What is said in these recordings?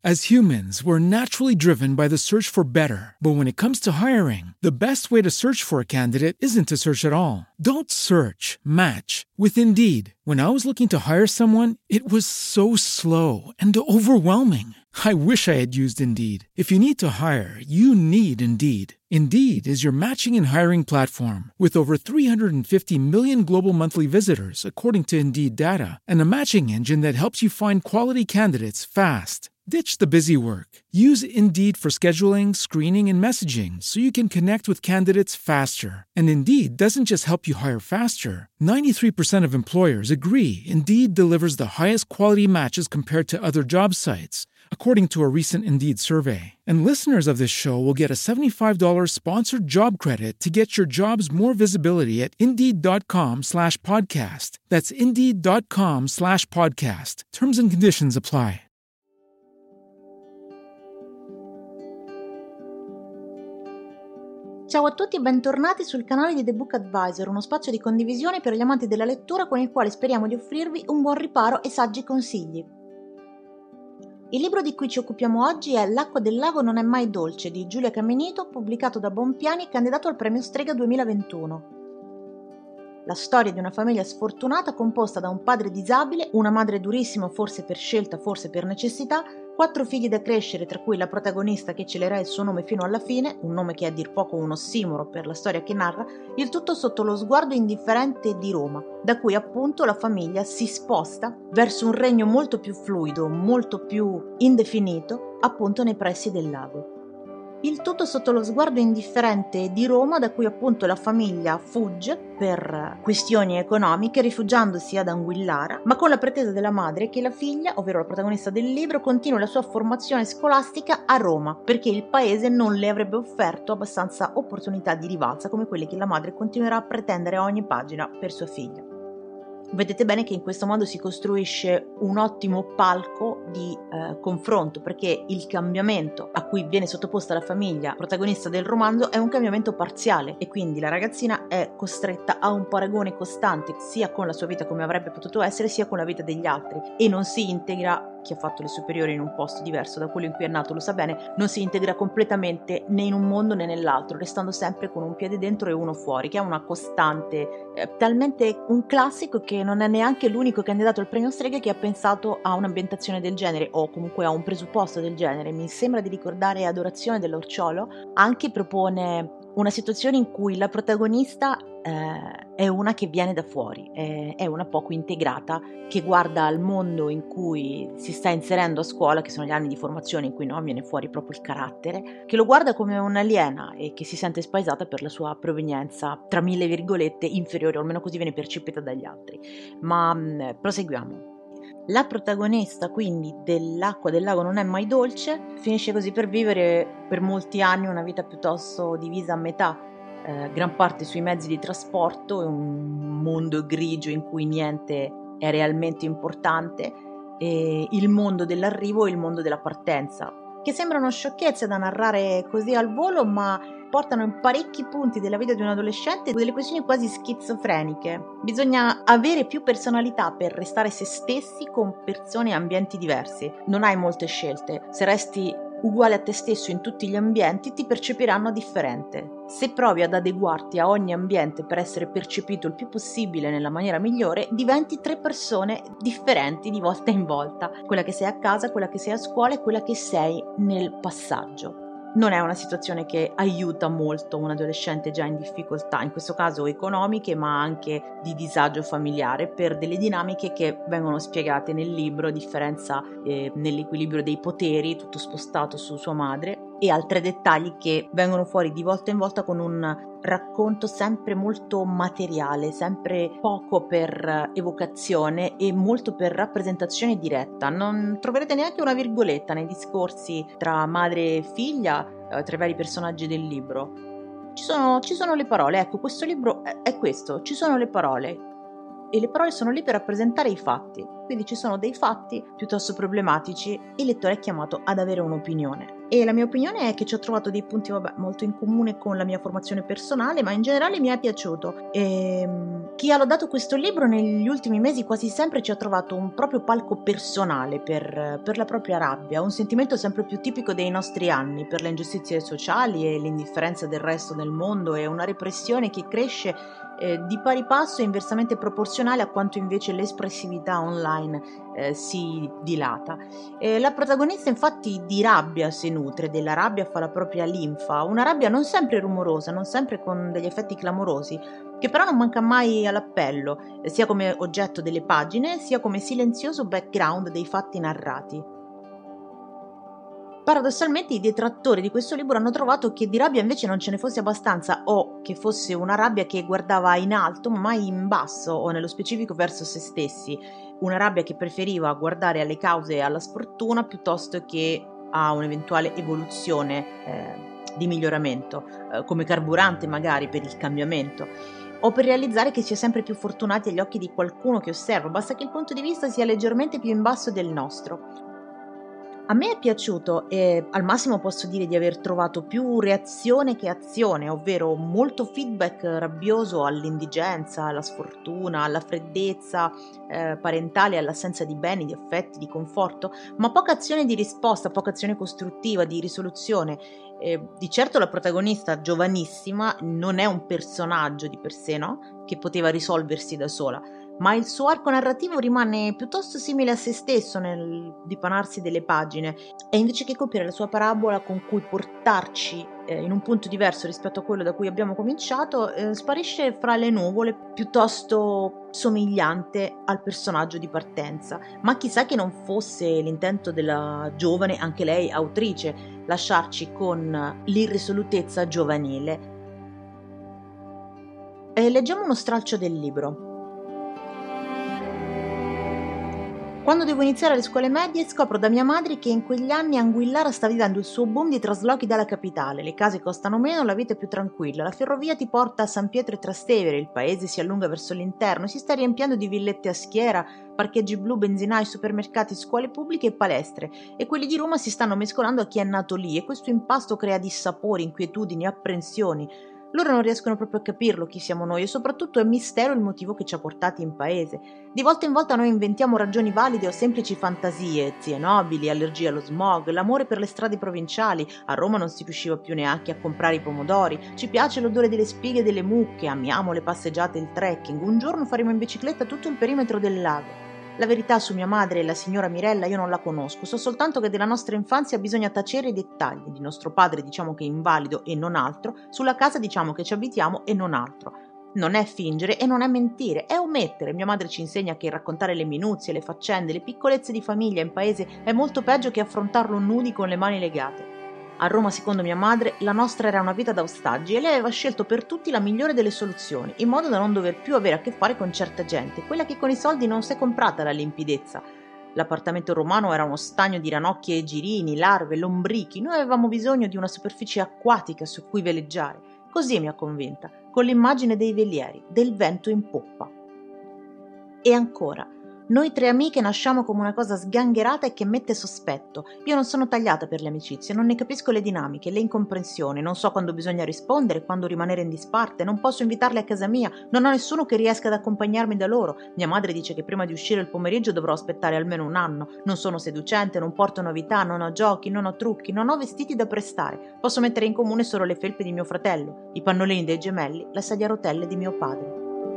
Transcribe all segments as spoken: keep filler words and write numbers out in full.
As humans, we're naturally driven by the search for better. But when it comes to hiring, the best way to search for a candidate isn't to search at all. Don't search, match with Indeed. When I was looking to hire someone, it was so slow and overwhelming. I wish I had used Indeed. If you need to hire, you need Indeed. Indeed is your matching and hiring platform with over three hundred fifty million global monthly visitors, according to Indeed data, and a matching engine that helps you find quality candidates fast. Ditch the busy work. Use Indeed for scheduling, screening, and messaging so you can connect with candidates faster. And Indeed doesn't just help you hire faster. ninety-three percent of employers agree Indeed delivers the highest quality matches compared to other job sites, according to a recent Indeed survey. And listeners of this show will get a seventy-five dollars sponsored job credit to get your jobs more visibility at Indeed.com slash podcast. That's Indeed.com slash podcast. Terms and conditions apply. Ciao a tutti e bentornati sul canale di The Book Advisor, uno spazio di condivisione per gli amanti della lettura con il quale speriamo di offrirvi un buon riparo e saggi consigli. Il libro di cui ci occupiamo oggi è L'acqua del lago non è mai dolce di Giulia Camenito, pubblicato da Bonpiani e candidato al premio Strega duemilaventuno. La storia di una famiglia sfortunata composta da un padre disabile, una madre durissima forse per scelta, forse per necessità, quattro figli da crescere, tra cui la protagonista che celerà il suo nome fino alla fine, un nome che è a dir poco un ossimoro per la storia che narra, il tutto sotto lo sguardo indifferente di Roma, da cui appunto la famiglia si sposta verso un regno molto più fluido, molto più indefinito, appunto nei pressi del lago. Il tutto sotto lo sguardo indifferente di Roma, da cui appunto la famiglia fugge per questioni economiche, rifugiandosi ad Anguillara, ma con la pretesa della madre che la figlia, ovvero la protagonista del libro, continui la sua formazione scolastica a Roma, perché il paese non le avrebbe offerto abbastanza opportunità di rivalsa come quelle che la madre continuerà a pretendere a ogni pagina per sua figlia. Vedete bene che in questo modo si costruisce un ottimo palco di eh, confronto, perché il cambiamento a cui viene sottoposta la famiglia protagonista del romanzo è un cambiamento parziale e quindi la ragazzina è costretta a un paragone costante sia con la sua vita come avrebbe potuto essere sia con la vita degli altri e non si integra. Chi ha fatto le superiori in un posto diverso da quello in cui è nato lo sa bene, non si integra completamente né in un mondo né nell'altro, restando sempre con un piede dentro e uno fuori, che è una costante, eh, talmente un classico che non è neanche l'unico candidato al premio Strega che ha pensato a un'ambientazione del genere o comunque a un presupposto del genere. Mi sembra di ricordare Adorazione dell'Orciolo, anche propone una situazione in cui la protagonista eh, è una che viene da fuori, è, è una poco integrata, che guarda al mondo in cui si sta inserendo a scuola, che sono gli anni di formazione in cui no, viene fuori proprio il carattere, che lo guarda come un'aliena e che si sente spaesata per la sua provenienza, tra mille virgolette, inferiore, o almeno così viene percepita dagli altri. Ma mh, proseguiamo. La protagonista quindi dell'acqua del lago non è mai dolce, finisce così per vivere per molti anni una vita piuttosto divisa a metà, eh, gran parte sui mezzi di trasporto, un mondo grigio in cui niente è realmente importante, e il mondo dell'arrivo e il mondo della partenza, che sembrano sciocchezze da narrare così al volo, ma portano in parecchi punti della vita di un adolescente delle questioni quasi schizofreniche. Bisogna avere più personalità per restare se stessi con persone e ambienti diversi. Non hai molte scelte. Se resti uguale a te stesso in tutti gli ambienti, ti percepiranno differente. Se provi ad adeguarti a ogni ambiente per essere percepito il più possibile nella maniera migliore, diventi tre persone differenti di volta in volta. Quella che sei a casa, quella che sei a scuola e quella che sei nel passaggio. Non è una situazione che aiuta molto un adolescente già in difficoltà, in questo caso economiche, ma anche di disagio familiare, per delle dinamiche che vengono spiegate nel libro, a differenza eh, nell'equilibrio dei poteri, tutto spostato su sua madre, e altri dettagli che vengono fuori di volta in volta con un racconto sempre molto materiale, sempre poco per evocazione e molto per rappresentazione diretta. Non troverete neanche una virgoletta nei discorsi tra madre e figlia, eh, tra i vari personaggi del libro. Ci sono, ci sono le parole, ecco, questo libro è, è questo, ci sono le parole. E le parole sono lì per rappresentare i fatti, quindi ci sono dei fatti piuttosto problematici e il lettore è chiamato ad avere un'opinione. e la mia opinione è che ci ho trovato dei punti vabbè, molto in comune con la mia formazione personale, ma in generale mi è piaciuto. E, chi ha lodato questo libro negli ultimi mesi quasi sempre ci ha trovato un proprio palco personale per, per la propria rabbia, un sentimento sempre più tipico dei nostri anni, per le ingiustizie sociali e l'indifferenza del resto del mondo e una repressione che cresce eh, di pari passo e inversamente proporzionale a quanto invece l'espressività online eh, si dilata. E la protagonista infatti di rabbia si nutre, della rabbia fa la propria linfa, una rabbia non sempre rumorosa, non sempre con degli effetti clamorosi, che però non manca mai all'appello, sia come oggetto delle pagine, sia come silenzioso background dei fatti narrati. Paradossalmente i detrattori di questo libro hanno trovato che di rabbia invece non ce ne fosse abbastanza, o che fosse una rabbia che guardava in alto ma mai in basso o nello specifico verso se stessi, una rabbia che preferiva guardare alle cause e alla sfortuna piuttosto che a un'eventuale evoluzione eh, di miglioramento, eh, come carburante magari per il cambiamento, o per realizzare che si è sempre più fortunati agli occhi di qualcuno che osserva, basta che il punto di vista sia leggermente più in basso del nostro. A me è piaciuto e al massimo posso dire di aver trovato più reazione che azione, ovvero molto feedback rabbioso all'indigenza, alla sfortuna, alla freddezza eh, parentale, all'assenza di beni, di affetti, di conforto, ma poca azione di risposta, poca azione costruttiva, di risoluzione. Eh, di certo la protagonista, giovanissima, non è un personaggio di per sé, no? Che poteva risolversi da sola, ma il suo arco narrativo rimane piuttosto simile a se stesso nel dipanarsi delle pagine, e invece che compiere la sua parabola con cui portarci eh, in un punto diverso rispetto a quello da cui abbiamo cominciato, eh, sparisce fra le nuvole, piuttosto somigliante al personaggio di partenza. Ma chissà che non fosse l'intento della giovane, anche lei autrice, lasciarci con l'irresolutezza giovanile. E leggiamo uno stralcio del libro. Quando devo iniziare le scuole medie scopro da mia madre che in quegli anni Anguillara sta vivendo il suo boom di traslochi dalla capitale, le case costano meno, la vita è più tranquilla, la ferrovia ti porta a San Pietro e Trastevere, il paese si allunga verso l'interno, si sta riempiendo di villette a schiera, parcheggi blu, benzinai, supermercati, scuole pubbliche e palestre, e quelli di Roma si stanno mescolando a chi è nato lì, e questo impasto crea dissapori, inquietudini, apprensioni. Loro non riescono proprio a capirlo chi siamo noi, e soprattutto è mistero il motivo che ci ha portati in paese. Di volta in volta noi inventiamo ragioni valide o semplici fantasie, zie nobili, allergie allo smog, l'amore per le strade provinciali, a Roma non si riusciva più neanche a comprare i pomodori, ci piace l'odore delle spighe e delle mucche, amiamo le passeggiate e il trekking, un giorno faremo in bicicletta tutto il perimetro del lago. La verità su mia madre e la signora Mirella io non la conosco, so soltanto che della nostra infanzia bisogna tacere i dettagli, di nostro padre diciamo che è invalido e non altro, sulla casa diciamo che ci abitiamo e non altro. Non è fingere e non è mentire, è omettere. Mia madre ci insegna che raccontare le minuzie, le faccende, le piccolezze di famiglia in paese è molto peggio che affrontarlo nudi con le mani legate. A Roma, secondo mia madre, la nostra era una vita da ostaggi e lei aveva scelto per tutti la migliore delle soluzioni, in modo da non dover più avere a che fare con certa gente, quella che con i soldi non si è comprata la limpidezza. L'appartamento romano era uno stagno di ranocchie e girini, larve, lombrichi, noi avevamo bisogno di una superficie acquatica su cui veleggiare. Così mi ha convinta, con l'immagine dei velieri, del vento in poppa. E ancora, noi tre amiche nasciamo come una cosa sgangherata e che mette sospetto. Io non sono tagliata per le amicizie, non ne capisco le dinamiche, le incomprensioni, non so quando bisogna rispondere, quando rimanere in disparte, non posso invitarle a casa mia, non ho nessuno che riesca ad accompagnarmi da loro. Mia madre dice che prima di uscire il pomeriggio dovrò aspettare almeno un anno, non sono seducente, non porto novità, non ho giochi, non ho trucchi, non ho vestiti da prestare, posso mettere in comune solo le felpe di mio fratello, i pannolini dei gemelli, la sedia a rotelle di mio padre.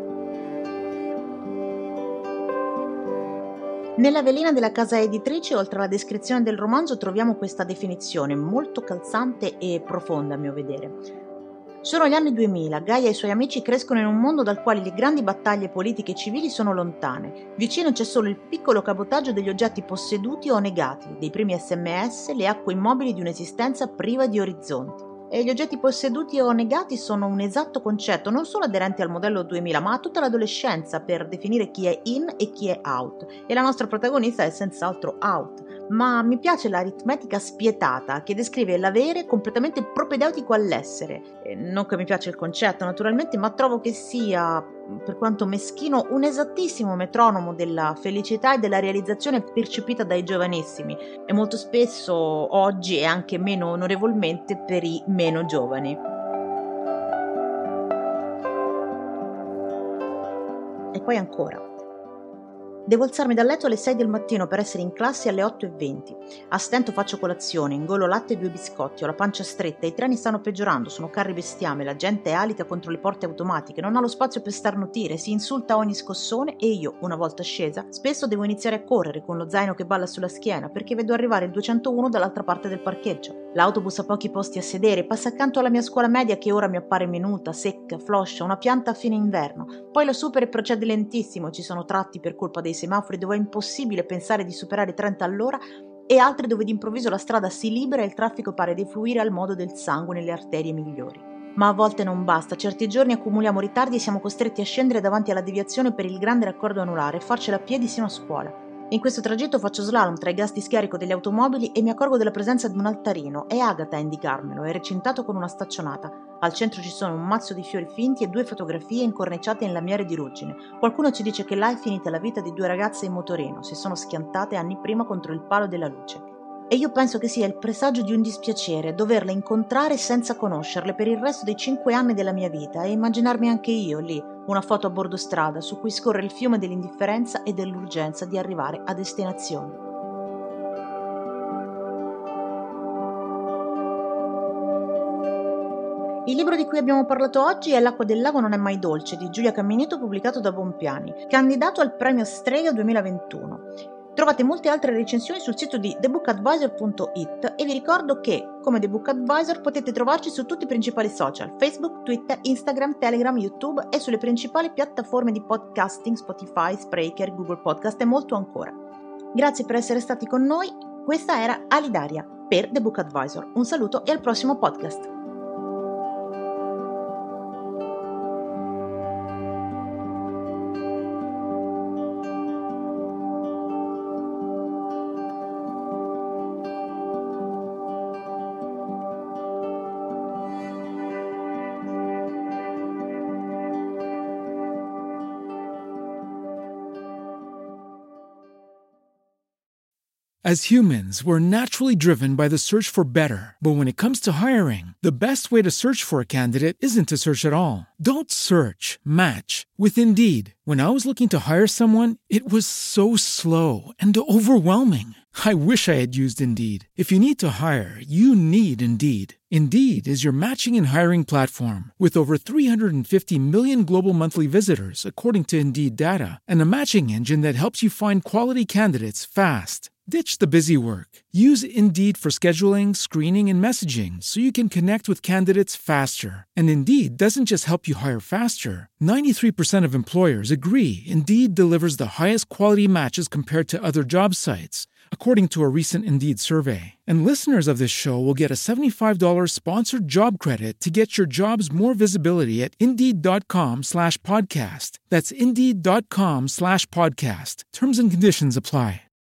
Nella velina della casa editrice, oltre alla descrizione del romanzo, troviamo questa definizione molto calzante e profonda a mio vedere. Sono gli anni duemila, Gaia e i suoi amici crescono in un mondo dal quale le grandi battaglie politiche e civili sono lontane. Vicino c'è solo il piccolo cabotaggio degli oggetti posseduti o negati, dei primi sms, le acque immobili di un'esistenza priva di orizzonti. E gli oggetti posseduti o negati sono un esatto concetto non solo aderente al modello duemila, ma a tutta l'adolescenza per definire chi è in e chi è out. E la nostra protagonista è senz'altro out. Ma mi piace l'aritmetica spietata che descrive l'avere completamente propedeutico all'essere. E non che mi piace il concetto naturalmente, ma trovo che sia per quanto meschino, un esattissimo metronomo della felicità e della realizzazione percepita dai giovanissimi e molto spesso oggi e anche meno onorevolmente per i meno giovani. E poi ancora. Devo alzarmi dal letto alle sei del mattino per essere in classe alle otto e venti. A stento faccio colazione, ingolo latte e due biscotti, ho la pancia stretta, i treni stanno peggiorando, sono carri bestiame, la gente alita contro le porte automatiche, non ha lo spazio per starnutire, si insulta a ogni scossone e io, una volta scesa, spesso devo iniziare a correre con lo zaino che balla sulla schiena perché vedo arrivare il duecentouno dall'altra parte del parcheggio. L'autobus ha pochi posti a sedere, passa accanto alla mia scuola media che ora mi appare minuta, secca, floscia, una pianta a fine inverno. Poi lo supera e procede lentissimo, ci sono tratti per colpa dei semafori dove è impossibile pensare di superare trenta all'ora e altri dove d'improvviso la strada si libera e il traffico pare defluire al modo del sangue nelle arterie migliori. Ma a volte non basta, certi giorni accumuliamo ritardi e siamo costretti a scendere davanti alla deviazione per il grande raccordo anulare e farcela a piedi sino a scuola. In questo tragitto faccio slalom tra i gas di scarico delle automobili e mi accorgo della presenza di un altarino. È Agata a indicarmelo, è recintato con una staccionata. Al centro ci sono un mazzo di fiori finti e due fotografie incorniciate in lamiere di ruggine. Qualcuno ci dice che là è finita la vita di due ragazze in motorino, si sono schiantate anni prima contro il palo della luce. E io penso che sia il presagio di un dispiacere doverle incontrare senza conoscerle per il resto dei cinque anni della mia vita e immaginarmi anche io lì, una foto a bordo strada su cui scorre il fiume dell'indifferenza e dell'urgenza di arrivare a destinazione. Il libro di cui abbiamo parlato oggi è L'acqua del lago non è mai dolce di Giulia Cammineto, pubblicato da Bompiani, candidato al premio Strega duemilaventuno. Trovate molte altre recensioni sul sito di the book advisor punto it e vi ricordo che, come The Book Advisor, potete trovarci su tutti i principali social: Facebook, Twitter, Instagram, Telegram, YouTube e sulle principali piattaforme di podcasting, Spotify, Spreaker, Google Podcast e molto ancora. Grazie per essere stati con noi, questa era Alidaria per The Book Advisor. Un saluto e al prossimo podcast. As humans, we're naturally driven by the search for better. But when it comes to hiring, the best way to search for a candidate isn't to search at all. Don't search, match with Indeed. When I was looking to hire someone, it was so slow and overwhelming. I wish I had used Indeed. If you need to hire, you need Indeed. Indeed is your matching and hiring platform with over three hundred fifty million global monthly visitors, according to Indeed data, and a matching engine that helps you find quality candidates fast. Ditch the busy work. Use Indeed for scheduling, screening, and messaging so you can connect with candidates faster. And Indeed doesn't just help you hire faster. ninety-three percent of employers agree Indeed delivers the highest quality matches compared to other job sites, according to a recent Indeed survey. And listeners of this show will get a seventy-five dollars sponsored job credit to get your jobs more visibility at Indeed.com slash podcast. That's Indeed.com slash podcast. Terms and conditions apply.